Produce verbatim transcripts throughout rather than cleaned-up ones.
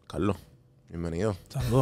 Carlos, bienvenido. Saludos.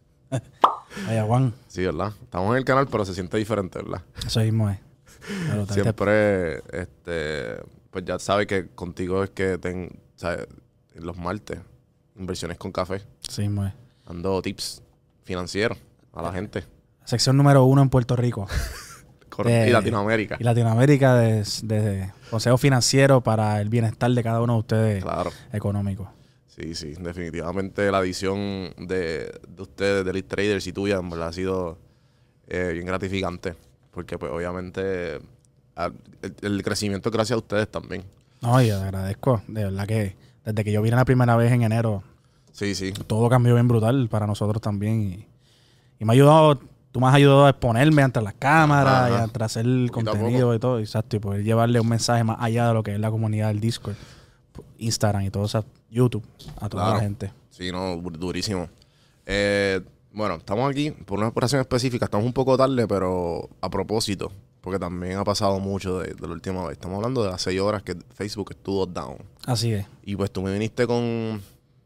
Vaya, Juan. Sí, ¿verdad? Estamos en el canal, pero se siente diferente, ¿verdad? Eso mismo es. Pero te- Siempre, este, pues ya sabes que contigo es que ten, ¿sabes? Los martes, inversiones con café, Sí mismo es. dando tips financieros a la gente. Sección número uno en Puerto Rico. Cor- Eh, y Latinoamérica. Y Latinoamérica de, de consejo financiero para el bienestar de cada uno de ustedes Claro. económico. Sí, sí, definitivamente la edición de, de ustedes, de Elite Traders y tuya, en verdad ha sido eh, bien gratificante. Porque, pues, obviamente, a- el, el crecimiento es gracias a ustedes también. No, y agradezco. De verdad que desde que yo vine la primera vez en enero, Sí, sí. todo cambió bien brutal para nosotros también. Y, y me ha ayudado, tú me has ayudado a exponerme ante las cámaras Ajá. y ante hacer el Poquito a contenido poco. y todo. Exacto. Y poder llevarle un mensaje más allá de lo que es la comunidad del Discord, Instagram y todo eso, YouTube, a toda Claro. la gente. Sí, no, dur- durísimo. Eh, bueno, estamos aquí por una operación específica. Estamos un poco tarde, pero a propósito. Porque también ha pasado mucho de, de la última vez. Estamos hablando de las seis horas que Facebook estuvo down. Así es. Y pues tú me viniste con,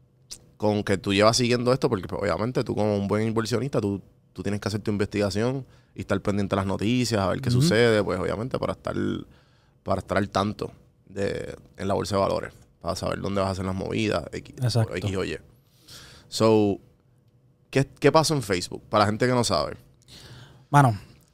con que tú llevas siguiendo esto, porque pues, obviamente tú como un buen inversionista, tú, tú tienes que hacer tu investigación y estar pendiente de las noticias, a ver qué Ujú. sucede, pues obviamente para estar, para estar al tanto de, en la bolsa de valores, para saber dónde vas a hacer las movidas, X, Exacto. X o Y. So, ¿qué, ¿qué pasó en Facebook? Para la gente que no sabe. Mano,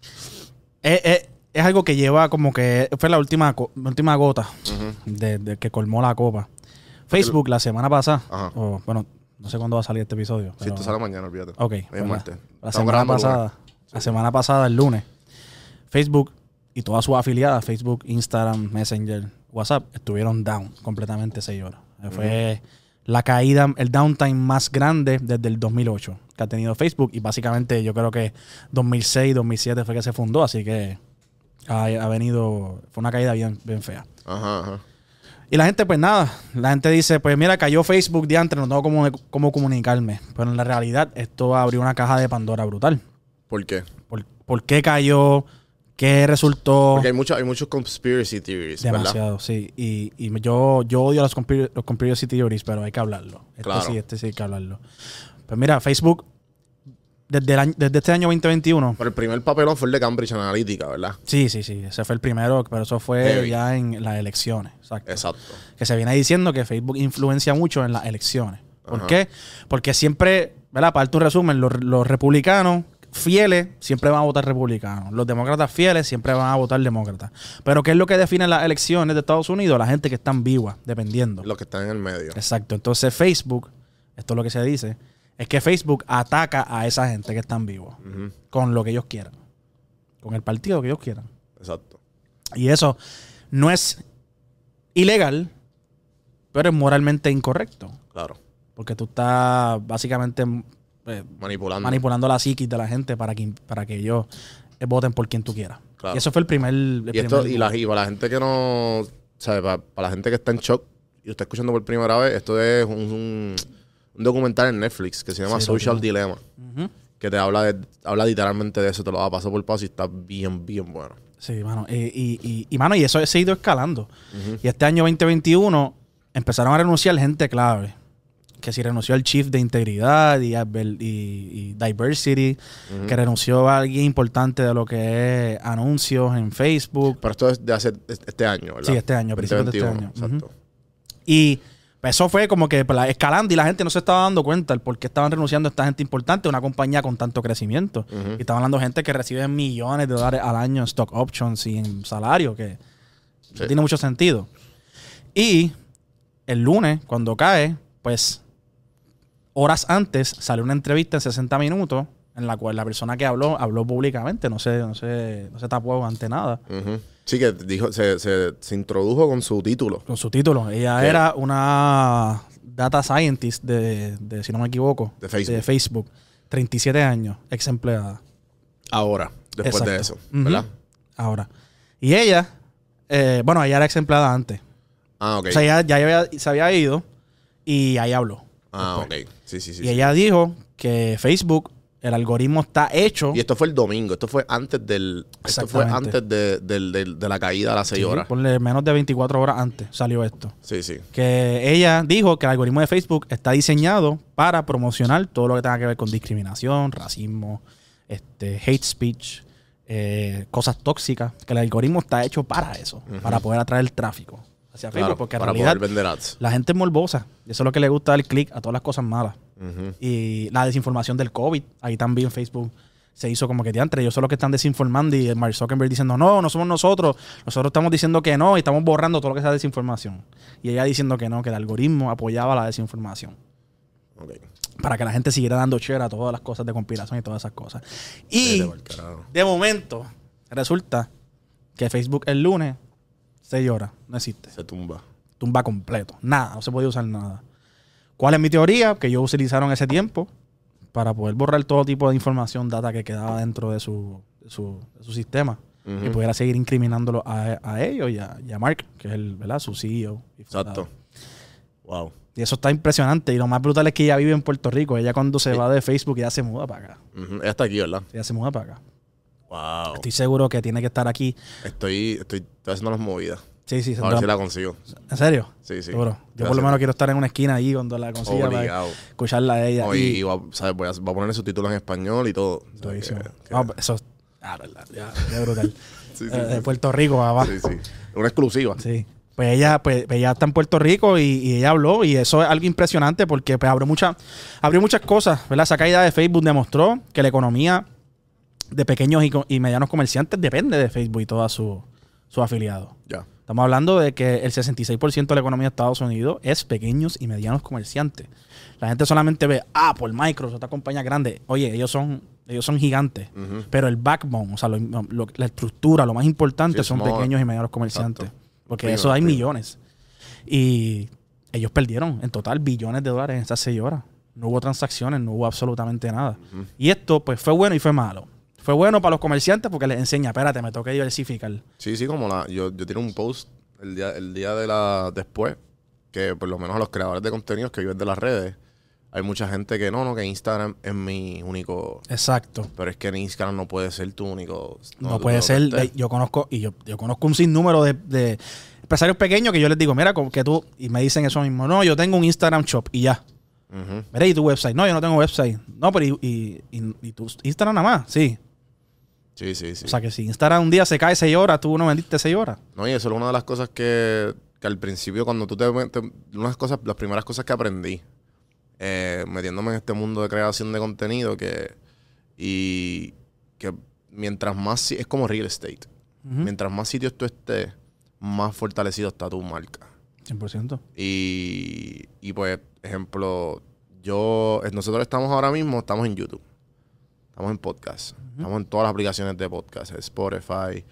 es, es- es algo que lleva como que fue la última, co- la última gota Ujú. de, de que colmó la copa. Facebook la semana pasada, Ajá. o bueno, no sé cuándo va a salir este episodio. Si pero- esto sale mañana, olvídate. Ok. Hoy pues es la- martes. La Estamos semana grabando el lunes. pasada, la semana pasada, el lunes, Facebook y todas sus afiliadas, Facebook, Instagram, Messenger, WhatsApp, estuvieron down completamente seis horas. Fue la caída, el downtime más grande desde el dos mil ocho que ha tenido Facebook. Y básicamente yo creo que dos mil seis, dos mil siete fue que se fundó, así que ha, ha venido, fue una caída bien, bien fea. Ajá, ajá. Y la gente, pues nada, la gente dice, pues mira, cayó Facebook diantre, no tengo cómo, cómo comunicarme. Pero en la realidad esto abrió una caja de Pandora brutal. ¿Por qué? ¿Por, por qué cayó? ¿Qué resultó? Porque hay, mucho, hay muchos conspiracy theories, ¿verdad? Demasiado, sí. Y, y yo, yo odio los, conspir los conspiracy theories, pero hay que hablarlo. Este Claro. sí, este sí hay que hablarlo. Pues mira, Facebook, desde, el año, desde este año veinte veintiuno, Pero el primer papelón fue el de Cambridge Analytica, ¿verdad? sí, sí, sí, ese fue el primero, pero eso fue Heavy. ya en las elecciones. Exacto. Exacto. Que se viene diciendo que Facebook influencia mucho en las elecciones. ¿Por Ajá. qué? Porque siempre, ¿verdad? Para darte un resumen, los, los republicanos fieles siempre van a votar republicanos. Los demócratas fieles siempre van a votar demócratas. Pero ¿qué es lo que define las elecciones de Estados Unidos? La gente que están vivas, dependiendo. Los que están en el medio. Exacto. Entonces Facebook, esto es lo que se dice, es que Facebook ataca a esa gente que están vivos Ujú. con lo que ellos quieran. Con el partido que ellos quieran. Exacto. Y eso no es ilegal, pero es moralmente incorrecto. Claro. Porque tú estás básicamente eh, Manipulando. manipulando la psiquis de la gente para que, para que ellos eh, voten por quien tú quieras. Claro. Y eso fue el primer... el y esto, primer- y, la, y para la gente que no, ¿sabe? Para, para la gente que está en shock y está escuchando por primera vez, esto es un, un, un documental en Netflix que se llama Sí, lo Social vi. Dilemma. Ujú. Que te habla de, habla literalmente de eso, te lo va a pasar por paso y está bien, bien bueno. Sí, mano. Y, y, y, y, mano, y eso se ha ido escalando. Y este año veinte veintiuno empezaron a renunciar gente clave. Que si renunció el chief de integridad y, adver- y, y diversity, Ujú. que renunció a alguien importante de lo que es anuncios en Facebook. Pero esto es de hace este año, ¿verdad? Sí, este año, principios de este año. Exacto. Y pues, eso fue como que pues, la- escalando y la gente no se estaba dando cuenta el por qué estaban renunciando a esta gente importante, una compañía con tanto crecimiento. Ujú. Y estaban hablando de gente que recibe millones de dólares al año en stock options y en salario, que Sí. no tiene mucho sentido. Y el lunes, cuando cae, pues horas antes salió una entrevista en sesenta minutos en la cual la persona que habló, habló públicamente, no se, no se, no se tapó ante nada. Ujú. Sí, que dijo, se, se, se introdujo con su título. Con su título. Ella ¿Qué? era una data scientist de, de, si no me equivoco, De Facebook. Facebook. treinta y siete años, ex empleada. Ahora, después de eso, Exacto. Ujú. ¿verdad? Ahora. Y ella, eh, bueno, ella era ex empleada antes. Ah, ok. O sea, ella ya había- se había ido y ahí habló. ah, después. ok. Sí, sí, sí. y sí. ella dijo que Facebook el algoritmo está hecho. Y esto fue el domingo, esto fue antes del esto fue antes de, de, de, de la caída a las seis sí, horas. Ponle menos de veinticuatro horas antes salió esto. Sí, sí. Que ella dijo que el algoritmo de Facebook está diseñado para promocionar todo lo que tenga que ver con discriminación, racismo, este, hate speech, eh, cosas tóxicas. Que el algoritmo está hecho para eso, uh-huh. para poder atraer el tráfico hacia claro, Facebook. Porque en para realidad poder vender ads. La gente es morbosa. Y eso es lo que le gusta dar clic a todas las cosas malas. Uh-huh. Y la desinformación del COVID. Ahí también Facebook se hizo como que diantre. Ellos son los que están desinformando y Mark Zuckerberg diciendo no, no somos nosotros. Nosotros estamos diciendo que no y estamos borrando todo lo que sea desinformación. Y ella diciendo que no, que el algoritmo apoyaba la desinformación. Okay. Para que la gente siguiera dando share a todas las cosas de conspiración y todas esas cosas. Y de momento resulta que Facebook el lunes seis horas, no existe. Se tumba. Tumba completo. Nada, no se podía usar nada. ¿Cuál es mi teoría? Que ellos utilizaron ese tiempo para poder borrar todo tipo de información, data que quedaba dentro de su, de su, de su sistema. Uh-huh. Y pudiera seguir incriminándolo a, a ellos y a, y a Mark, que es el, ¿verdad? Su C E O. Exacto. Wow. Y eso está impresionante. Y lo más brutal es que ella vive en Puerto Rico. Ella cuando se sí. va de Facebook, ella se muda para acá. Uh-huh. Ella está aquí, ¿verdad? Ella se muda para acá. Wow. Estoy seguro que tiene que estar aquí. Estoy, estoy, estoy haciendo las movidas. Sí, sí. A ver si la consigo. ¿En serio? Sí, sí. Seguro. Yo por lo menos quiero estar en una esquina ahí cuando la consiga Obligado. para escucharla a ella. No, y, y, y va, ¿sabes? Voy, a, voy a poner subtítulos en español y todo. Que, que... No, eso ah, verdad, ya, ya brutal. sí, sí, eh, sí, de Puerto Rico, papá. Sí, sí. Una exclusiva. Sí. Pues ella, pues ella está en Puerto Rico y, y ella habló y eso es algo impresionante porque pues, abrió, mucha, abrió muchas cosas, ¿verdad? Esa caída de Facebook demostró que la economía de pequeños y, y medianos comerciantes depende de Facebook y todos sus su afiliados. Ya. Estamos hablando de que el sesenta y seis por ciento de la economía de Estados Unidos es pequeños y medianos comerciantes. La gente solamente ve Apple, Microsoft, esta compañía grande. Oye, ellos son, ellos son gigantes. Uh-huh. Pero el backbone, o sea, lo, lo, la estructura, lo más importante sí, son small. pequeños y medianos comerciantes. Exacto. Porque de eso hay millones. Y ellos perdieron en total billones de dólares en esas seis horas. No hubo transacciones, no hubo absolutamente nada. Uh-huh. Y esto pues fue bueno y fue malo. Fue bueno para los comerciantes porque les enseña, espérate, me toca diversificar. Sí, sí, como la, yo, yo tiré un post el día, el día de la después, que por lo menos a los creadores de contenidos que viven de las redes, hay mucha gente que no, no, que Instagram es mi único. Exacto. Pero es que en Instagram no puede ser tu único. No, no puede ser. De, yo conozco, y yo, yo conozco un sinnúmero de, de empresarios pequeños que yo les digo, mira, que tú, y me dicen eso mismo, no, yo tengo un Instagram shop y ya. Uh-huh. Mira, ¿y tu website? No, yo no tengo website. No, pero ¿y, y, y, y tu Instagram nada más? Sí. Sí, sí, sí. O sea, que si Instagram un día se cae seis horas, tú no vendiste seis horas. No, y eso es una de las cosas que, que al principio, cuando tú te, te... Unas cosas, las primeras cosas que aprendí, eh, metiéndome en este mundo de creación de contenido, que... Y... Que mientras más... Es como real estate. Uh-huh. Mientras más sitios tú estés, más fortalecido está tu marca. cien por ciento. Y... Y pues, ejemplo... Yo... Nosotros estamos ahora mismo... Estamos en YouTube. Estamos en podcast. Uh-huh. Estamos en todas las aplicaciones de podcast. Spotify,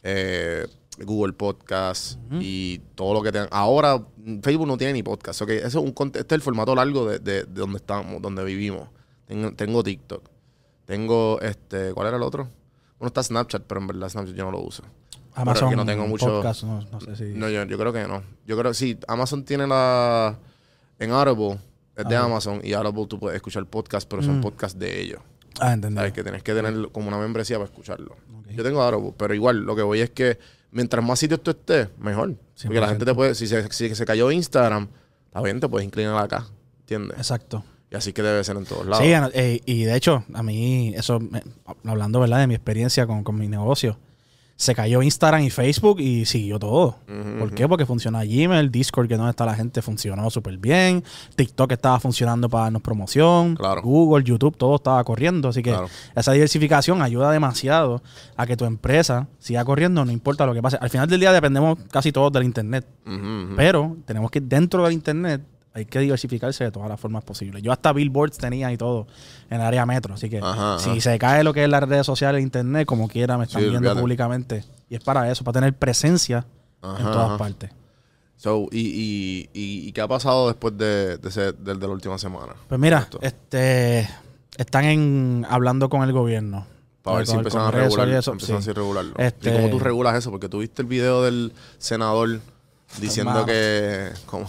eh, Google Podcast uh-huh. y todo lo que tengan. Ahora Facebook no tiene ni podcast. Okay, eso es un, este es el formato largo de, de, de donde estamos, donde vivimos. Tengo, tengo TikTok. Tengo este, ¿cuál era el otro? Bueno, está Snapchat, pero en verdad Snapchat yo no lo uso. Amazon no tengo mucho podcast, no, no sé si. No, yo, yo creo que no. Yo creo que sí. Amazon tiene la en Audible, es de Audible. Amazon y Audible tú puedes escuchar podcast, pero mm. son podcasts de ellos. Ah, entendí. ¿Sabes? Que tienes que tener como una membresía para escucharlo. Okay. Yo tengo Audible, pero igual lo que voy es que mientras más sitios tú estés, mejor. cien por ciento. Porque la gente te puede, si se, si se cayó Instagram, está bien, te puedes inclinar acá, ¿entiendes? Exacto. Y así que debe ser en todos lados. Sí, eh, y de hecho, a mí, eso, me, hablando, ¿verdad?, de mi experiencia con, con mi negocio, se cayó Instagram y Facebook y siguió todo. Uh-huh, ¿Por qué? Porque funciona Gmail, Discord, que es donde está la gente, funcionó súper bien. TikTok estaba funcionando para darnos promoción. Claro. Google, YouTube, todo estaba corriendo. Así que claro. esa diversificación ayuda demasiado a que tu empresa siga corriendo, no importa lo que pase. Al final del día dependemos casi todos del Internet. Uh-huh, uh-huh. Pero tenemos que, dentro del Internet, hay que diversificarse de todas las formas posibles. Yo hasta billboards tenía y todo en el área metro. Así que ajá, si ajá. se cae lo que es las redes sociales e internet, como quiera, me están sí, viendo fíjate. públicamente. Y es para eso, para tener presencia ajá, en todas ajá. partes. So, y, y, y, ¿Y qué ha pasado después de, de, ese, de, de la última semana? Pues mira, este están en, hablando con el gobierno. Para ver si empiezan a regular, eso, empiezan sí. a regularlo. Este, ¿Y cómo tú regulas eso? Porque tú viste el video del senador diciendo hermano. que, como,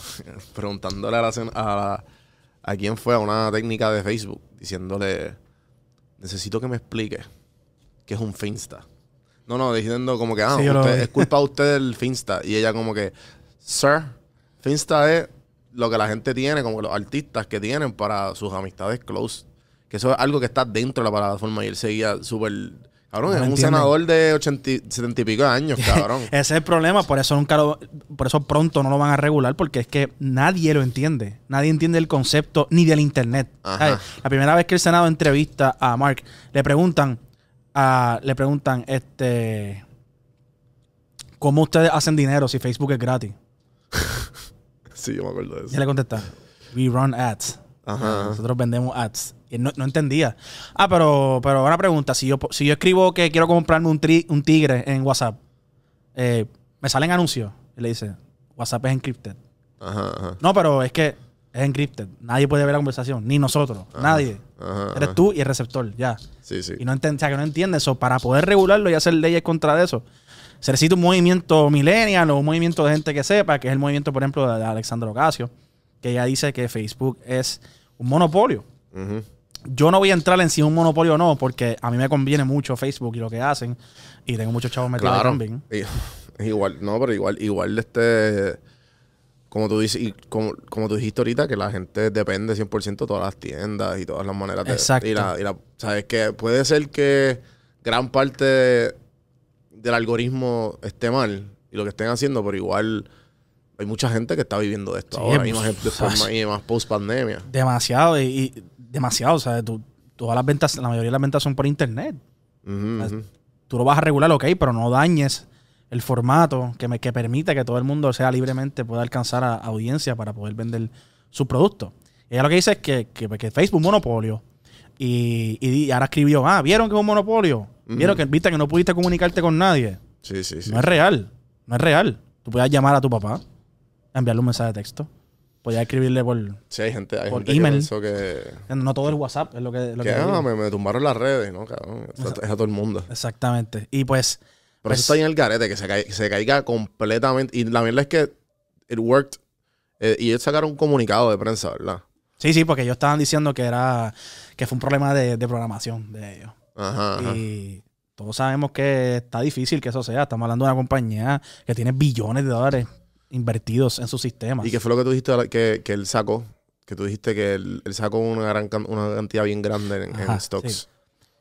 preguntándole a, la, a, la, a quién fue, a una técnica de Facebook, diciéndole, necesito que me explique qué es un Finsta. No, no, diciendo como que, ah, Sí, usted, lo... es culpa de usted del Finsta. Y ella como que, sir, Finsta es lo que la gente tiene, como los artistas que tienen para sus amistades close. Que eso es algo que está dentro de la plataforma. Y él seguía súper... Cabrón, No es un entienden. senador de ochenta, setenta y pico de años, cabrón. Ese es el problema, por eso nunca lo, por eso pronto no lo van a regular, porque es que nadie lo entiende. Nadie entiende el concepto ni del internet. ¿Sabes? La primera vez que el Senado entrevista a Mark, le preguntan, a, le preguntan, este, ¿cómo ustedes hacen dinero si Facebook es gratis? Sí, yo me acuerdo de eso. Y él le contesta, we run ads. Ajá. Nosotros vendemos ads. Y él no, no entendía. Ah, pero, pero una pregunta. Si yo, si yo escribo que quiero comprarme un, tri, un tigre en WhatsApp, eh, ¿me salen anuncios? Y le dice, WhatsApp es encrypted. Ajá, ajá. No, pero es que es encrypted. Nadie puede ver la conversación. Ni nosotros. Ajá, nadie. Ajá, Eres ajá. tú y el receptor. Ya. Sí, sí. Y no entiende, o sea, que no entiende eso. Para poder regularlo y hacer leyes contra de eso, se necesita un movimiento millennial o un movimiento de gente que sepa, que es el movimiento, por ejemplo, de Alexandra Ocasio, que ella dice que Facebook es un monopolio. Uh-huh. Yo no voy a entrar en si es un monopolio o no, porque a mí me conviene mucho Facebook y lo que hacen. Y tengo muchos chavos metidos ahí Claro. también. Y- igual, no, pero igual, igual este, como tú dices, y como, como tú dijiste ahorita, que la gente depende cien por ciento de todas las tiendas y todas las maneras de... Exacto. Y la, y la, sabes que puede ser que gran parte del algoritmo esté mal y lo que estén haciendo, pero igual hay mucha gente que está viviendo de esto Sí, ahora. Y pues, más, después, más, y más post pandemia. Demasiado. Y, y demasiado. O sea, tú, todas las ventas, la mayoría de las ventas son por internet. Uh-huh, uh-huh. Tú lo vas a regular, ok, pero no dañes el formato que, me, que permite que todo el mundo sea libremente pueda alcanzar a, a audiencia para poder vender su producto. Y ella lo que dice es que, que, que Facebook es un monopolio. Y, y, y ahora escribió, ah, ¿vieron que es un monopolio? ¿Vieron Ujú. que viste que no pudiste comunicarte con nadie? Sí, sí, sí. No es real. No es real. Tú puedes llamar a tu papá, enviarle un mensaje de texto. Podías escribirle por... Sí, hay gente, hay por gente email. que pensó que... No todo el WhatsApp es lo que... Lo que que ah, digo. me, me tumbaron las redes, ¿no? Cabrón. Es a, es a todo el mundo. Exactamente. Y pues... Pero pues, eso está ahí en el garete, que se, caiga, que se caiga completamente. Y la verdad es que it worked. Eh, y ellos sacaron un comunicado de prensa, ¿verdad? Sí, sí, porque ellos estaban diciendo que era... Que fue un problema de, de programación de ellos. Ajá, ajá. Y todos sabemos que está difícil que eso sea. Estamos hablando de una compañía que tiene billones de dólares invertidos en sus sistemas. ¿Y qué fue lo que tú dijiste que, que él sacó? Que tú dijiste que él, él sacó una, gran, can- una cantidad bien grande en, Ajá, en stocks. sí.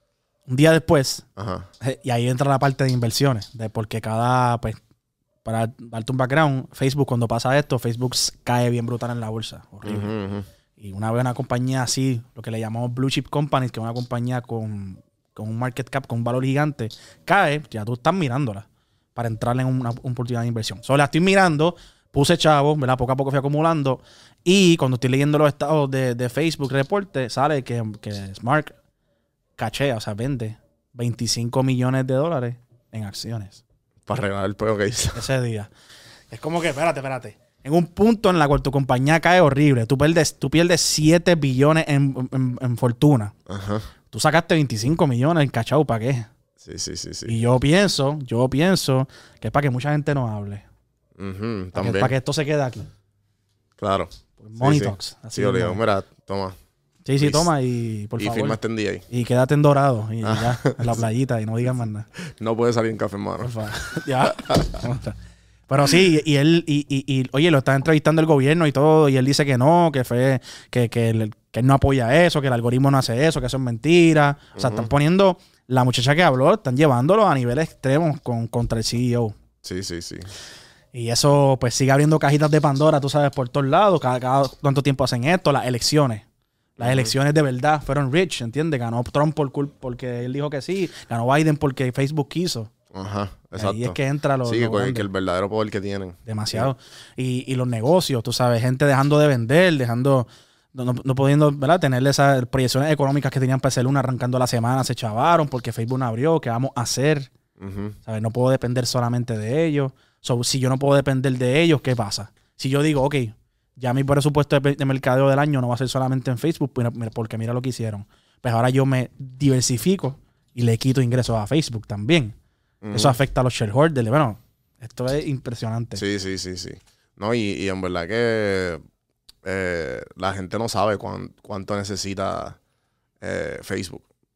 Un día después, Ajá. eh, y ahí entra la parte de inversiones, de porque cada, pues, para darte un background, Facebook cuando pasa esto, Facebook s- cae bien brutal en la bolsa. Horrible. Ujú, ujú. Y una vez una compañía así, lo que le llamamos Blue Chip Companies, que es una compañía con, con un market cap, con un valor gigante, cae, ya tú estás mirándola para entrar en una, una oportunidad de inversión. Solo la estoy mirando, puse chavo, ¿verdad? Poco a poco fui acumulando. Y cuando estoy leyendo los estados de, de Facebook reporte, sale que, que Smart cachea, o sea, vende veinticinco millones de dólares en acciones Para regalar el peo que hizo. ese día. Es como que, espérate, espérate. En un punto en la cual tu compañía cae horrible, tú pierdes, tú pierdes siete billones en, en, en fortuna. Ajá. Tú sacaste veinticinco millones en cachao, ¿para qué? Sí, sí, sí, sí. Y yo pienso, yo pienso que es para que mucha gente no hable. Ujú, Para que, también. para que esto se quede aquí. Claro. Por Money sí, Talks. Sí, Así sí Olivo, mismo. mira, toma. Sí, sí, please. toma y por y favor. firma este en D A. Y quédate en Dorado. Y Ah. ya, en la playita y no digas más nada. No puede salir en café en mano. Por favor. Ya. Pero sí, y él, y, y, y, oye, lo está entrevistando el gobierno y todo, y él dice que no, que fue, que, que, él, que él no apoya eso, que el algoritmo no hace eso, que eso es mentira. O sea, Ujú. están poniendo, la muchacha que habló, están llevándolo a niveles extremos con, contra el C E O. Sí, sí, sí. Y eso, pues, sigue abriendo cajitas de Pandora, tú sabes, por todos lados. Cada, cada cuánto tiempo hacen esto, las elecciones. Las Ujú. elecciones de verdad fueron rich, ¿entiendes? Ganó Trump por cul- porque él dijo que sí, ganó Biden porque Facebook quiso. Ajá, exacto. Ahí es que entra lo, sí, lo que, grande. que el verdadero poder que tienen. Demasiado. Y, y los negocios, tú sabes, gente dejando de vender, dejando, no, no- no pudiendo, ¿verdad? Tener esas proyecciones económicas que tenían P C Luna arrancando la semana, se chavaron porque Facebook no abrió, ¿qué vamos a hacer? Ujú. ¿Sabes? No puedo depender solamente de ellos. So, si yo no puedo depender de ellos, ¿qué pasa? Si yo digo, ok, ya mi presupuesto de, de mercadeo del año no va a ser solamente en Facebook, mira- mira, porque mira lo que hicieron. Pues ahora yo me diversifico y le quito ingresos a Facebook también. Ujú. Eso afecta a los shareholders. Bueno, esto es impresionante. Sí, sí, sí, sí. No, y, y en verdad que eh, la gente no sabe cuán- cuánto necesita eh, Facebook.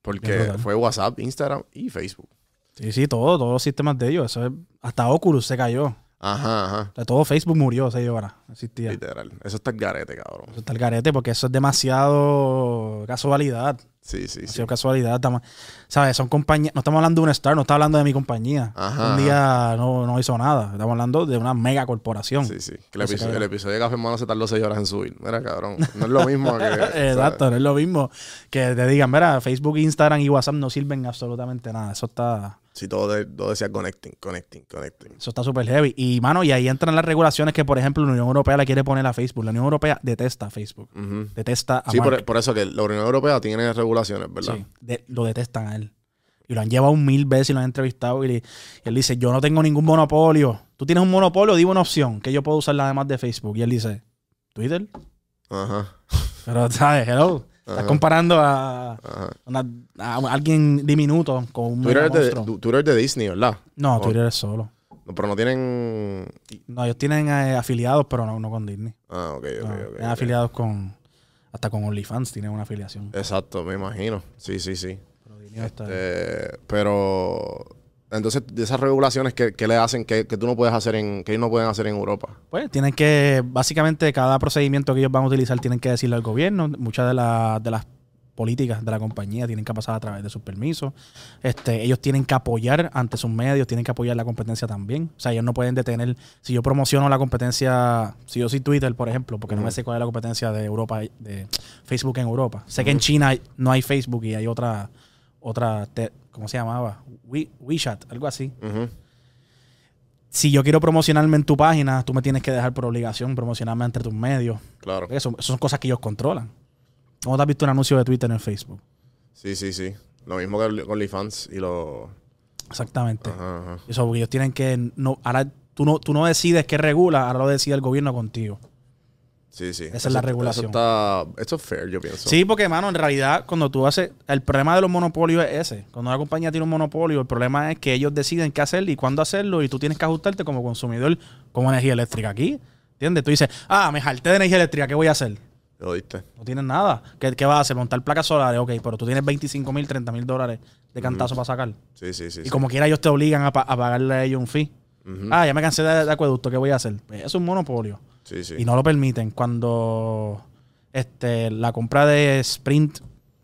Porque fue WhatsApp, Instagram y Facebook. Sí, sí, todo, todos los sistemas de ellos. Eso es, hasta Oculus se cayó. Ajá, ajá. O sea, todo Facebook murió seis horas. Existía. Literal. Eso está el garete, cabrón. Eso está el garete porque eso es demasiado casualidad. Sí, sí, Demasiado sí. casualidad. Estamos, ¿sabes? Son compañías. No estamos hablando de un Star, no estamos hablando de mi compañía. Ajá, un día no, no hizo nada. Estamos hablando de una mega corporación. Sí, sí. Que el, episodio, el episodio de Café Hermano se tardó seis horas en subir. Mira, cabrón. No es lo mismo que... Exacto, ¿sabes? no es lo mismo que te digan, mira, Facebook, Instagram y WhatsApp no sirven absolutamente nada. Eso está... Sí, todo, de, todo decía connecting, connecting, connecting. Eso está súper heavy. Y, mano, y ahí entran las regulaciones que, por ejemplo, la Unión Europea le quiere poner a Facebook. La Unión Europea detesta a Facebook. Uh-huh. Detesta a Sí, Mark. por, por eso que la Unión Europea tiene regulaciones, ¿verdad? Sí, de- lo detestan a él. Y lo han llevado mil veces y lo han entrevistado. Y, le- y él dice, yo no tengo ningún monopolio. Tú tienes un monopolio, dime una opción que yo puedo usar además de Facebook. Y él dice, Twitter. Ajá. Pero, ¿sabes? Hello. Estás Ajá. comparando a, Ajá. una- a alguien diminuto con un Twitter mega es, de, monstruo. Twitter es de Disney, ¿verdad? No, Oh. Twitter es solo. No, pero no tienen... No, ellos tienen eh, afiliados, pero no, no con Disney. Ah, ok, ok, No, ok. tienen ok. afiliados con... Hasta con OnlyFans tienen una afiliación. Exacto, me imagino. Sí, sí, sí. Pero Disney está... Eh, pero... Entonces, de esas regulaciones que, que le hacen, que, que tú no puedes hacer en... Que ellos no pueden hacer en Europa. Pues tienen que... Básicamente, cada procedimiento que ellos van a utilizar tienen que decirle al gobierno. Muchas de, la- de las políticas de la compañía tienen que pasar a través de sus permisos. Este, ellos tienen que apoyar ante sus medios, tienen que apoyar la competencia también. O sea, ellos no pueden detener... Si yo promociono la competencia... Si yo soy Twitter, por ejemplo, porque no me Ujú. sé cuál es la competencia de Europa, de Facebook en Europa. Sé que Ujú. en China hay- no hay Facebook y hay otra... otra te- ¿Cómo se llamaba? We, WeChat, algo así. Ujú. Si yo quiero promocionarme en tu página, tú me tienes que dejar por obligación promocionarme entre tus medios. Claro. Eso, eso son cosas que ellos controlan. ¿Cómo te has visto un anuncio de Twitter en Facebook? Sí, sí, sí. Lo mismo que con OnlyFans y lo... Exactamente. Ajá, ajá. Eso, porque ellos tienen que... No, ahora tú no, tú no decides qué regula, ahora lo decide el gobierno contigo. Sí, sí. Esa es la regulación. Eso está... Eso es fair, yo pienso. Sí, porque, mano, en realidad, cuando tú haces... El problema de los monopolios es ese. Cuando una compañía tiene un monopolio, el problema es que ellos deciden qué hacer y cuándo hacerlo y tú tienes que ajustarte como consumidor como energía eléctrica aquí. ¿Entiendes? Tú dices, ah, me jalté de energía eléctrica, ¿qué voy a hacer? ¿Lo oíste? No tienes nada. ¿Qué, qué vas a hacer? Montar placas solares, ok, pero tú tienes veinticinco mil, treinta mil dólares de cantazo para sacar. Sí, sí, sí. Y sí. como quiera ellos te obligan a, pa- a pagarle a ellos un fee. Ujú. Ah, ya me cansé de, de acueducto, ¿qué voy a hacer? Pues eso es un monopolio. Sí, sí. Y no lo permiten. Cuando este, la compra de Sprint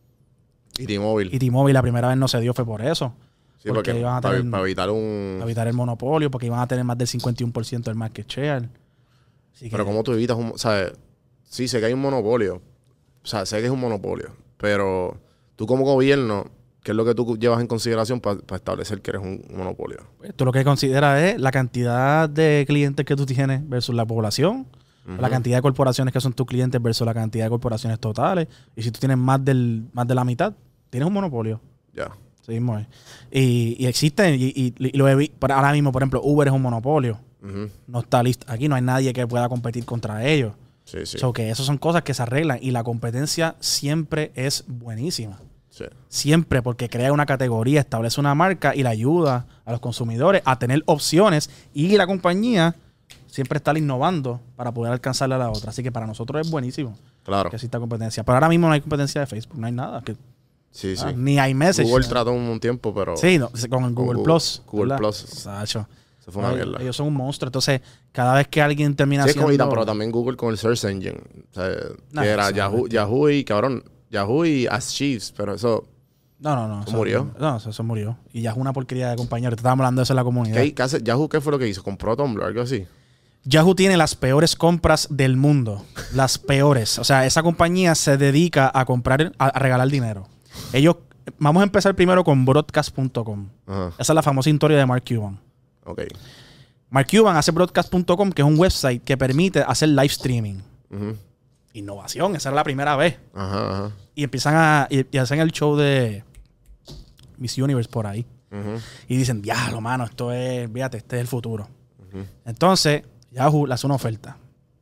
Y T-Mobile. y T-Mobile la primera vez no se dio fue por eso. Sí, porque, iban a para, tener- para evitar un... Para evitar el monopolio, porque iban a tener más del cincuenta y uno por ciento del market share. Así que- Pero ¿cómo tú evitas un... O sea, sí, sé que hay un monopolio. O sea, sé que es un monopolio. Pero tú como gobierno, ¿qué es lo que tú llevas en consideración para establecer que eres un monopolio? pues, tú lo que consideras es la cantidad de clientes que tú tienes versus la población, Ujú. la cantidad de corporaciones que son tus clientes versus la cantidad de corporaciones totales. Y si tú tienes más del más de la mitad, tienes un monopolio. Ya. Sí mismo es. Y, y existen, y, y- y lo he vi- por ahora mismo, por ejemplo, Uber es un monopolio. Ujú. No está listo. Aquí no hay nadie que pueda competir contra ellos. Sí, sí. So que esas son cosas que se arreglan. Y la competencia siempre es buenísima. sí. Siempre, porque crea una categoría, establece una marca y le ayuda a los consumidores a tener opciones. Y la compañía siempre está innovando para poder alcanzarle a la otra. Así que para nosotros es buenísimo Claro. que exista competencia. Pero ahora mismo no hay competencia de Facebook, no hay nada. Que, Sí, sí. ah, ni hay message. Google trató un, un tiempo, pero... Sí, no, con el Google Google- Plus. Google ¿verdad? Plus. Sacho. Eso fue una No, mierda. ellos son un monstruo. Entonces, cada vez que alguien termina Sí, es como haciendo... ahorita, pero también Google con el Search Engine. O sea, No, que era eso no Yahoo, es Yahoo y, cabrón, Yahoo y Ask Chiefs, pero eso... No, no, no. ¿Eso murió? No, eso, eso murió. Y ya es una porquería de compañero. Te estábamos hablando de eso en la comunidad. ¿Qué, qué hace? ¿Yahoo qué fue lo que hizo? ¿Compró Tumblr? Algo así. Yahoo tiene las peores compras del mundo. Las peores. O sea, esa compañía se dedica a comprar, a, a regalar dinero. Ellos... Vamos a empezar primero con broadcast punto com. Ajá. Esa es la famosa historia de Mark Cuban. Ok. Mark Cuban hace broadcast punto com, que es un website que permite hacer live streaming. Ujú. Innovación, esa era la primera vez. Ajá, ajá. Y empiezan a... Y, y hacen el show de Miss Universe por ahí. Ujú. Y dicen, diablo, mano, esto es... Fíjate, este es el futuro. Ujú. Entonces, Yahoo le hace una oferta.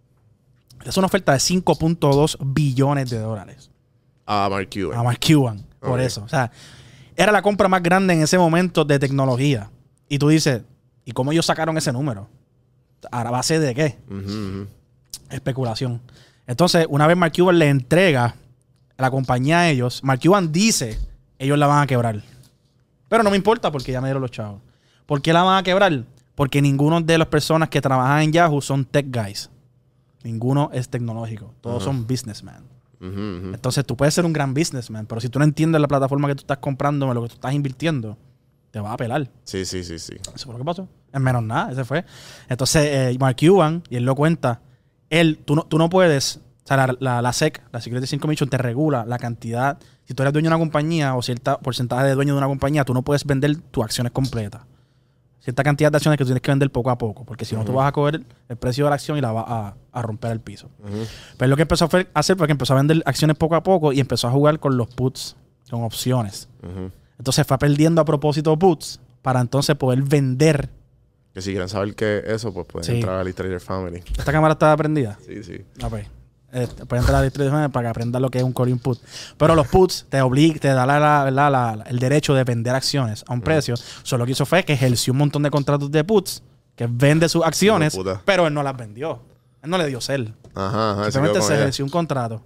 Le hace una oferta de cinco punto dos billones de dólares A Mark Cuban. a Mark Cuban. Por Ok. eso. O sea, era la compra más grande en ese momento de tecnología. Y tú dices, ¿y cómo ellos sacaron ese número? ¿A la base de qué? Ujú, ujú. Especulación. Entonces, una vez Mark Cuban le entrega a la compañía a ellos, Mark Cuban dice ellos la van a quebrar. Pero no me importa porque ya me dieron los chavos. ¿Por qué la van a quebrar? Porque ninguno de las personas que trabajan en Yahoo son tech guys. Ninguno es tecnológico. Todos uh-huh. son businessmen. Uh-huh, uh-huh. Entonces tú puedes ser un gran businessman, pero si tú no entiendes la plataforma que tú estás comprando, lo que tú estás invirtiendo, te va a pelar. Sí, sí, sí, sí. Eso fue lo que pasó. En menos nada, ese fue. Entonces, eh, Mark Cuban, y él lo cuenta, él, tú no, tú no puedes, o sea, la, la, la S E C, la Securities Commission, te regula la cantidad. Si tú eres dueño de una compañía o cierta porcentaje de dueño de una compañía, tú no puedes vender tus acciones completas. Cierta cantidad de acciones que tú tienes que vender poco a poco, porque si uh-huh. no, tú vas a coger el precio de la acción y la vas a, a romper el piso. Uh-huh. Pero lo que empezó a hacer fue que empezó a vender acciones poco a poco y empezó a jugar con los puts, con opciones. Uh-huh. Entonces fue perdiendo a propósito puts para entonces poder vender. Que si quieren saber qué es eso, pues pueden sí. entrar a la Trader Family. ¿Esta cámara está prendida? Sí, sí. Ah, pues. Eh, pueden entrar a la Trader Family para que aprendan lo que es un core input. Pero los puts te obligan, te da la, la, la, la, el derecho de vender acciones a un uh-huh. precio. Solo lo que hizo fue que ejerció un montón de contratos de puts, que vende sus acciones, no, pero él no las vendió. Él no le dio sell. Ajá, ajá. Simplemente se ejerció un contrato.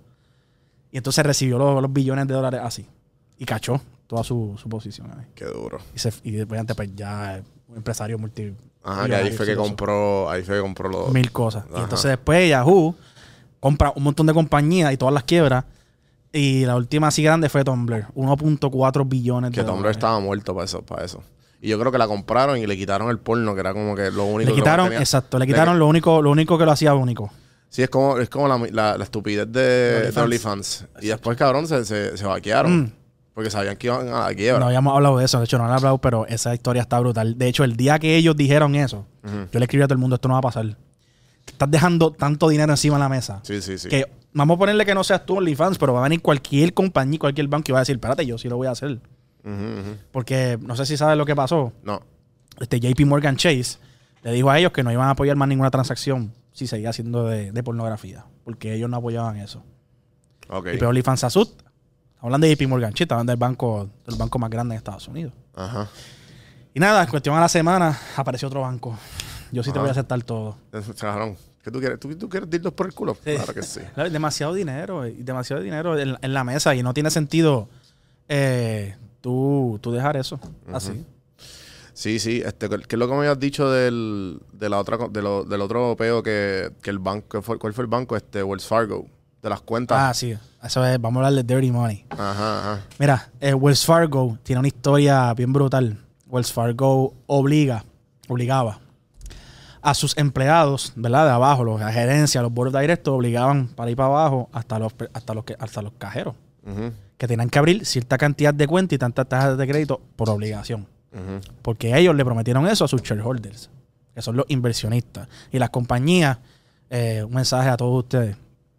Y entonces recibió los, los billones de dólares así. Y cachó toda su, su posición ahí. Qué duro. Y, se, y después antes pues ya un empresario multi. Ajá, que ahí fue que compró, ahí fue que compró los mil cosas. Ajá. Y entonces después Yahoo compra un montón de compañías y todas las quiebra. Y la última así grande fue Tumblr, uno punto cuatro billones que de Tumblr dólares. estaba muerto para eso, para eso. Y yo creo que la compraron y le quitaron el porno, que era como que lo único le quitaron, que exacto, le quitaron le... lo único, lo único que lo hacía único. Sí, es como, es como la, la, la estupidez de OnlyFans. De OnlyFans. Y después, cabrón, se, se, se vaquearon. Mm. Porque sabían que iban a la quiebra. No habíamos hablado de eso. De hecho, no lo he hablado, pero esa historia está brutal. De hecho, el día que ellos dijeron eso, uh-huh. yo le escribí a todo el mundo, esto no va a pasar. Estás dejando tanto dinero encima de la mesa. Sí, sí, sí. Que vamos a ponerle que no seas tú OnlyFans, pero va a venir cualquier compañía, cualquier banco y va a decir, espérate, yo sí lo voy a hacer. Uh-huh, uh-huh. Porque no sé si sabes lo que pasó. No. Este J P Morgan Chase le dijo a ellos que no iban a apoyar más ninguna transacción si seguía siendo de, de pornografía. Porque ellos no apoyaban eso. Okay. Y pero OnlyFans asusta. Hablando de J P Morgan Chase, hablando del banco, del banco más grande en Estados Unidos. Ajá. Y nada, en cuestión a la semana, apareció otro banco. Yo sí Ajá. te voy a aceptar todo. ¿Qué tú quieres? ¿Tú, tú quieres dirlos por el culo? Sí. Claro que sí. Demasiado dinero, demasiado dinero en, en la mesa y no tiene sentido eh, tú, tú dejar eso uh-huh. así. Sí, sí. Este, ¿qué es lo que me habías dicho del, de la otra, de lo, del otro peo que, que el banco, fue, ¿cuál fue el banco? Este, Wells Fargo. De las cuentas. Ah, sí. Eso es, vamos a hablar de Dirty Money. Ajá, ajá. Mira, eh, Wells Fargo tiene una historia bien brutal. Wells Fargo obliga, obligaba a sus empleados, ¿verdad? De abajo, los, la gerencia, los board of directors, obligaban para ir para abajo hasta los, hasta los, hasta los cajeros. Uh-huh. Que tenían que abrir cierta cantidad de cuentas y tantas tasas de crédito por obligación. Uh-huh. Porque ellos le prometieron eso a sus shareholders, que son los inversionistas. Y las compañías, eh, un mensaje a todos ustedes.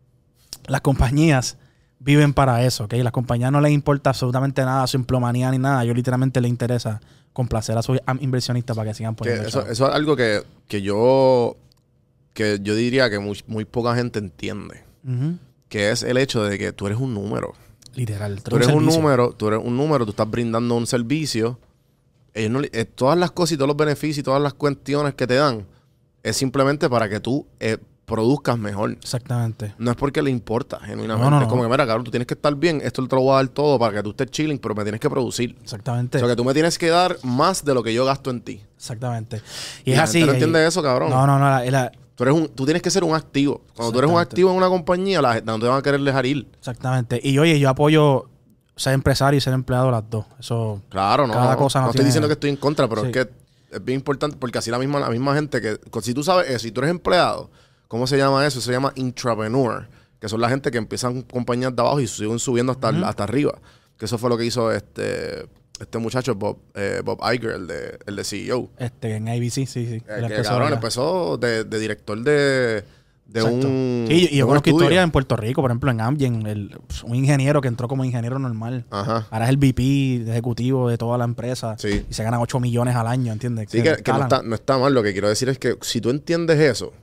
Las compañías viven para eso, ¿ok? Las compañías no les importa absolutamente nada, su emplomanía ni nada. A ellos literalmente les interesa complacer a sus inversionistas para que sigan poniendo eso, eso es algo que, que yo que yo diría que muy, muy poca gente entiende. Uh-huh. Que es el hecho de que tú eres un número. Literal. Tú eres un, un número, tú eres un número, tú estás brindando un servicio. Ellos no, eh, todas las cosas y todos los beneficios y todas las cuestiones que te dan es simplemente para que tú... Eh, produzcas mejor. Exactamente. No es porque le importa, genuinamente. No, no, es como no. que, mira, cabrón, tú tienes que estar bien. Esto te lo voy a dar todo para que tú estés chilling, pero me tienes que producir. Exactamente. O sea, que tú me tienes que dar más de lo que yo gasto en ti. Exactamente. Y, y es así. ¿Tú no entiendes eso, cabrón? No, no, no. La, la... Tú, eres un, tú tienes que ser un activo. Cuando tú eres un activo en una compañía, la gente no te van a querer dejar ir. Exactamente. Y oye, yo apoyo ser empresario y ser empleado las dos. Eso. Claro, no. Cada no, cosa no, no tiene... estoy diciendo que estoy en contra, pero sí. es que es bien importante porque así la misma, la misma gente que... Si tú sabes eso, si tú eres empleado... ¿Cómo se llama eso? Se llama intrapreneur, que son la gente que empiezan compañías de abajo y siguen subiendo hasta, uh-huh. hasta arriba. Que eso fue lo que hizo este este muchacho, Bob, eh, Bob Iger, el de, el de C E O. Este, en A B C, sí, sí. Eh, que empezó, cabrón, empezó de, de director de, de un... Sí, y yo conozco historias en Puerto Rico, por ejemplo, en Amgen, el, un ingeniero que entró como ingeniero normal. Ajá. Ahora es el V P de ejecutivo de toda la empresa. Sí. Y se gana ocho millones al año, ¿entiendes? Sí, que, que, que no, está, no está mal. Lo que quiero decir es que si tú entiendes eso...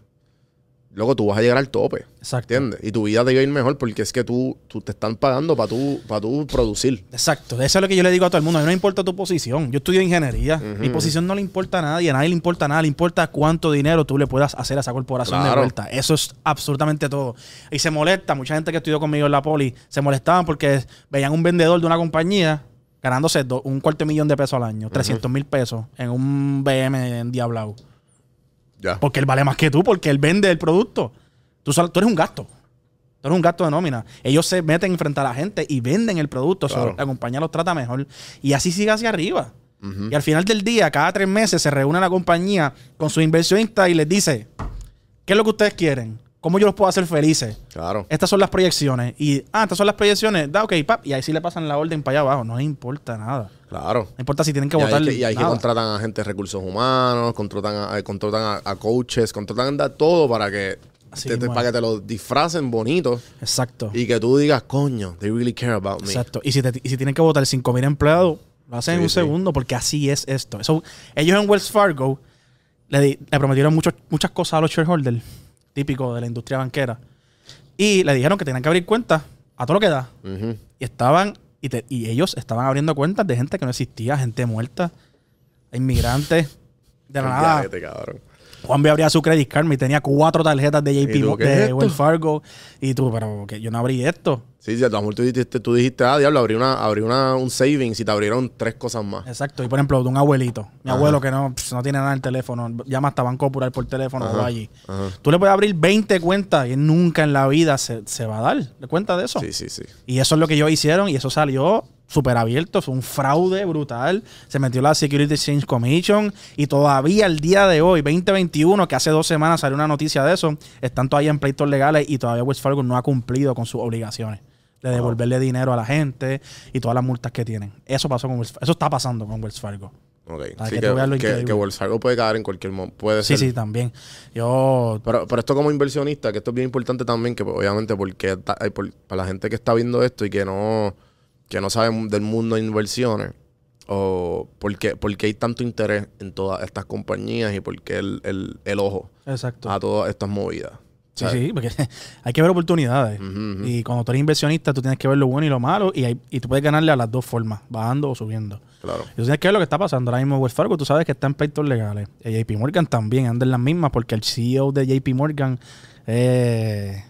Luego tú vas a llegar al tope. Exacto. ¿Entiendes? Y tu vida te va a ir mejor porque es que tú, tú te están pagando para tú, para tú producir. Exacto. Eso es lo que yo le digo a todo el mundo. A mí no me importa tu posición. Yo estudio ingeniería. Uh-huh. Mi posición no le importa a nadie. A nadie le importa nada. Le importa cuánto dinero tú le puedas hacer a esa corporación claro. de vuelta. Eso es absolutamente todo. Y se molesta. Mucha gente que estudió conmigo en la poli se molestaban porque veían un vendedor de una compañía ganándose do, un cuarto de millón de pesos al año, trescientos mil pesos en un B M en Diablao. Ya. Porque él vale más que tú, porque él vende el producto. Tú, solo, tú eres un gasto. Tú eres un gasto de nómina. Ellos se meten frente a la gente y venden el producto. Claro. So, la compañía los trata mejor. Y así sigue hacia arriba. Uh-huh. Y al final del día, cada tres meses se reúne la compañía con sus inversionistas y les dice, ¿qué es lo que ustedes quieren? ¿Cómo yo los puedo hacer felices? Claro. Estas son las proyecciones. Y, ah, estas son las proyecciones. Da, ok, pap. Y ahí sí le pasan la orden para allá abajo. No les importa nada. Claro. No importa si tienen que y votar. Ahí que, y ahí nada. que contratan a gente de recursos humanos, contratan a, contratan a, a coaches, contratan a todo para que, te, te, para que te lo disfracen bonito. Exacto. Y que tú digas, coño, they really care about me. Exacto. Y si, te, y si tienen que votar cinco mil empleados, lo hacen sí, en un sí. segundo porque así es esto. Eso, ellos en Wells Fargo le, le prometieron mucho, muchas cosas a los shareholders, típico de la industria banquera. Y le dijeron que tenían que abrir cuentas a todo lo que da. Uh-huh. Y estaban, y, te, y ellos estaban abriendo cuentas de gente que no existía, gente muerta, inmigrantes, de la nada. Este, cabrón. Juan B abría su credit card y tenía cuatro tarjetas de J P tú, de Wells Fargo. Y tú, pero que yo no abrí esto. Sí, sí, a lo mejor tú dijiste, tú dijiste, ah, diablo, abrí, una, abrí una, un savings y te abrieron tres cosas más. Exacto. Y por ejemplo, de un abuelito. Mi Ajá. abuelo que no, pues, no tiene nada en el teléfono. Llama hasta Banco Popular por teléfono o va allí. Ajá. Tú le puedes abrir veinte cuentas y él nunca en la vida se, se va a dar de cuenta de eso. Sí, sí, sí. Y eso es lo que ellos hicieron y eso salió súper abierto. Fue un fraude brutal. Se metió la Security Exchange Commission y todavía el día de hoy, veinte veintiuno, que hace dos semanas salió una noticia de eso, están todavía en pleitos legales y todavía Wells Fargo no ha cumplido con sus obligaciones de devolverle wow. dinero a la gente y todas las multas que tienen. Eso pasó con Wells Fargo. Eso está pasando con Wells Fargo. Ok. Sí, que, que, que, que Wells Fargo puede caer en cualquier momento. Puede sí, ser. sí, también. Yo... Pero, pero esto como inversionista, que esto es bien importante también, que obviamente porque por, para la gente que está viendo esto y que no, que no sabe del mundo de inversiones, o porque, porque hay tanto interés en todas estas compañías y porque el, el, el ojo Exacto. a todas estas movidas. Sí, ¿sabes? Sí, porque hay que ver oportunidades. Uh-huh, uh-huh. Y cuando tú eres inversionista, tú tienes que ver lo bueno y lo malo. Y, hay, y tú puedes ganarle a las dos formas, bajando o subiendo. Claro. Y tú tienes que ver lo que está pasando ahora mismo en Wells Fargo. Tú sabes que está en pleitos legales. El J P Morgan también anda en las mismas porque el C E O de J P Morgan es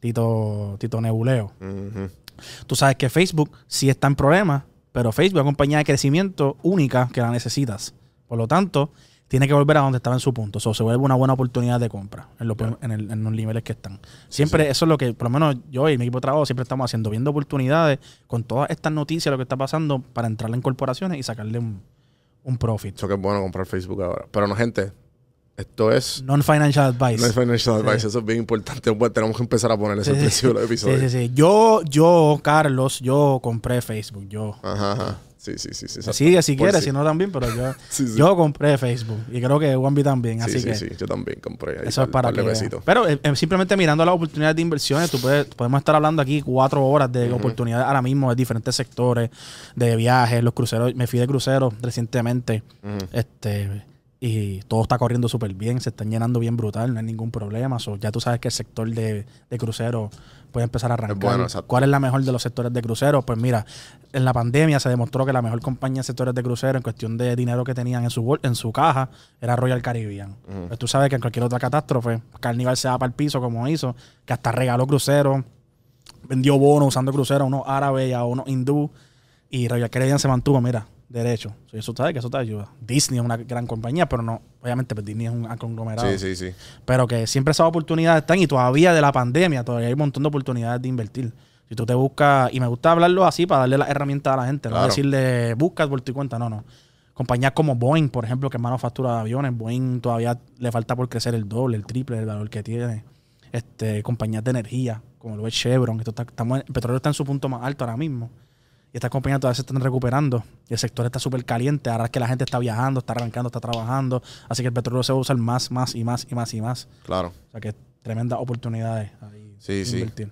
Tito, Tito Nebuleo. Uh-huh. Tú sabes que Facebook sí está en problemas, pero Facebook es una compañía de crecimiento única que la necesitas. Por lo tanto, tiene que volver a donde estaba en su punto. O sea, se vuelve una buena oportunidad de compra en, lo, yeah. en, el, en los niveles que están. Siempre, sí, sí. Eso es lo que, por lo menos yo y mi equipo de trabajo siempre estamos haciendo, viendo oportunidades con todas estas noticias, lo que está pasando, para entrar en corporaciones y sacarle un, un profit. Eso que es bueno comprar Facebook ahora. Pero no, gente, esto es... Non-financial advice. Non-financial advice. Sí. Eso es bien importante. Pues tenemos que empezar a poner ese sí, precio de los episodios. Sí, sí, sí. Yo, yo, Carlos, yo compré Facebook. Yo. Ajá, ajá. Sí, sí, sí. sí sigue si quieres, sí. si no también, pero yo, sí, sí. yo compré Facebook. Y creo que Juanvi también, así sí, que... Sí, sí, yo también compré. Ahí eso es para que... Besito. Pero eh, simplemente mirando las oportunidades de inversiones, tú puedes, podemos estar hablando aquí cuatro horas de uh-huh. oportunidades ahora mismo de diferentes sectores, de viajes, los cruceros. Me fui de crucero recientemente. Uh-huh. Este... Y todo está corriendo súper bien, se están llenando bien brutal, no hay ningún problema. So, ya tú sabes que el sector de, de crucero puede empezar a arrancar. Bueno, ¿cuál es la mejor de los sectores de crucero? Pues mira, en la pandemia se demostró que la mejor compañía de sectores de crucero en cuestión de dinero que tenían en su en su caja era Royal Caribbean. Uh-huh. Pues tú sabes que en cualquier otra catástrofe, Carnival se va para el piso como hizo, que hasta regaló cruceros, vendió bonos usando cruceros a unos árabes y a unos hindú, y Royal Caribbean se mantuvo, mira, derecho. Eso sabes que eso te ayuda. Disney es una gran compañía, pero no, obviamente pues Disney es un conglomerado. Sí, sí, sí. Pero que siempre esas oportunidades están y todavía de la pandemia, todavía hay un montón de oportunidades de invertir. Si tú te buscas, y me gusta hablarlo así para darle las herramientas a la gente, claro. No decirle buscas por tu cuenta, no, no. Compañías como Boeing, por ejemplo, que es manufactura de aviones, Boeing todavía le falta por crecer el doble, el triple del valor que tiene. Este, compañías de energía, como lo es Chevron, esto está, estamos, el petróleo está en su punto más alto ahora mismo. Y estas compañías todavía se están recuperando. Y el sector está súper caliente. Ahora es que la gente está viajando, está arrancando, está trabajando. Así que el petróleo se va a usar más, más y más y más y más. Claro. O sea que tremendas oportunidades ahí sí, de sí. invertir.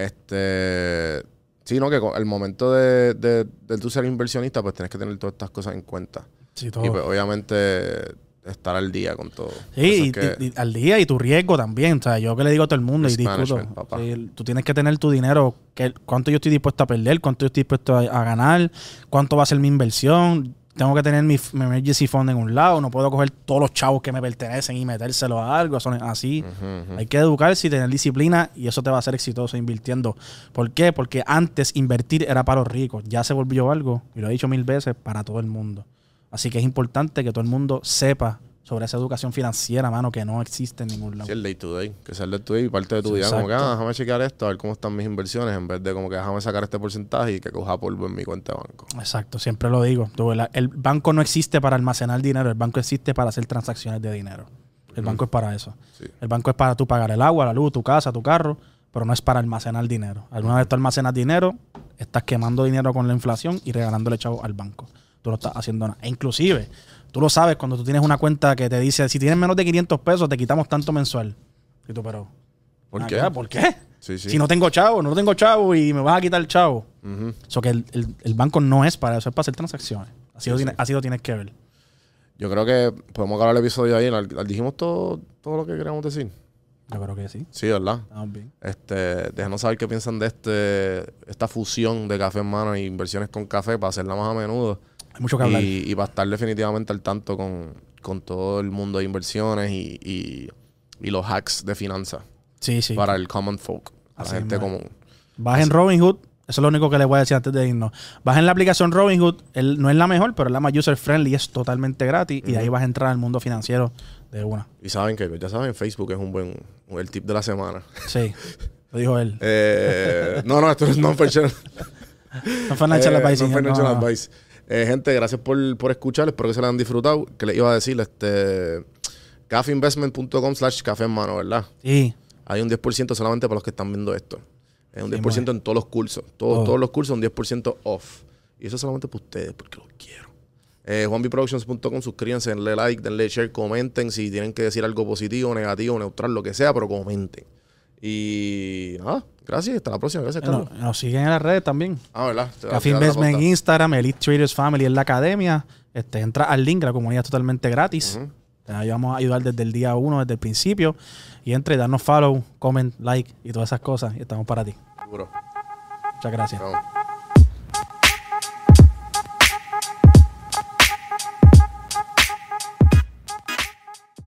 Este... Sí, no, que el momento de, de, de tú ser inversionista, pues tienes que tener todas estas cosas en cuenta. Sí, todo. Y pues obviamente estar al día con todo. Sí, y, que... y, y al día y tu riesgo también. O sea, yo que le digo a todo el mundo Risk y discuto. Sí, tú tienes que tener tu dinero, que, cuánto yo estoy dispuesto a perder, cuánto yo estoy dispuesto a, a ganar, cuánto va a ser mi inversión. tengo que tener mi, mi emergency fund en un lado, no puedo coger todos los chavos que me pertenecen y metérselos a algo, eso no es así. Uh-huh, uh-huh. Hay que educarse y tener disciplina y eso te va a hacer exitoso invirtiendo. ¿Por qué? Porque antes invertir era para los ricos, ya se volvió algo, y lo he dicho mil veces, para todo el mundo. Así que es importante que todo el mundo sepa sobre esa educación financiera, mano, que no existe en ningún lado. Sí, el day to day, que sea el day to day y parte de tu sí, día, exacto. Como que, ah, déjame chequear esto, a ver cómo están mis inversiones, en vez de como que déjame sacar este porcentaje y que coja polvo en mi cuenta de banco. Exacto, siempre lo digo. El banco no existe para almacenar dinero, el banco existe para hacer transacciones de dinero. El mm. banco es para eso. Sí. El banco es para tú pagar el agua, la luz, tu casa, tu carro, pero no es para almacenar dinero. Alguna vez tú almacenas dinero, estás quemando dinero con la inflación y regalándole chavo al banco. Tú no estás haciendo nada. E inclusive, tú lo sabes cuando tú tienes una cuenta que te dice, si tienes menos de quinientos pesos, te quitamos tanto mensual. Y tú, pero... ¿Por qué? ¿Por qué? Sí, sí. Si no tengo chavo, no tengo chavo y me vas a quitar el chavo. Uh-huh. So que el, el, el banco no es para eso, es para hacer transacciones. Así, sí, lo, tiene, sí. así lo tienes que ver. Yo creo que podemos acabar el episodio ahí. Dijimos todo, todo lo que queríamos decir. Yo creo que sí. Sí, ¿verdad? Estamos bien. Este, déjenos saber qué piensan de este esta fusión de Café en Mano e inversiones con café para hacerla más a menudo. Hay mucho que hablar. Y, y para estar definitivamente al tanto con, con todo el mundo de inversiones y, y, y los hacks de finanzas. Sí, sí. Para el common folk, para la gente común. Bajen Robinhood. Eso es lo único que les voy a decir antes de irnos. Bajen la aplicación Robinhood. Él no es la mejor, pero es la más user friendly. Es totalmente gratis. Uh-huh. Y de ahí vas a entrar al mundo financiero de una. Y saben que, ya saben, Facebook es un buen... El tip de la semana. Sí. Lo dijo él. eh, no, no, esto no es non-financial. Non-financial eh, advice. Non-financial no, no. advice. Eh, gente, gracias por, por escuchar. Espero que se la han disfrutado. Que les iba a decir, este... cafeinvestment punto com slash café en mano, ¿verdad? Sí. Hay un diez por ciento solamente para los que están viendo esto. Es un diez por ciento sí, en todos los cursos. Todos, oh. todos los cursos un diez por ciento off. Y eso es solamente para ustedes, porque los quiero. Eh, juan b productions punto com, suscríbanse, denle like, denle share, comenten. Si tienen que decir algo positivo, negativo, neutral, lo que sea, pero comenten. Y nada, gracias. Hasta la próxima. Gracias, Carlos. Nos, nos siguen en las redes también. Ah, ¿verdad? Café Investment en Instagram, Elite Traders Family en la academia. Este, entra al link, la comunidad es totalmente gratis. Uh-huh. Te vamos a ayudar desde el día uno, desde el principio. Y entre, darnos follow, comment, like y todas esas cosas. Y estamos para ti. Seguro. Muchas gracias. Chao.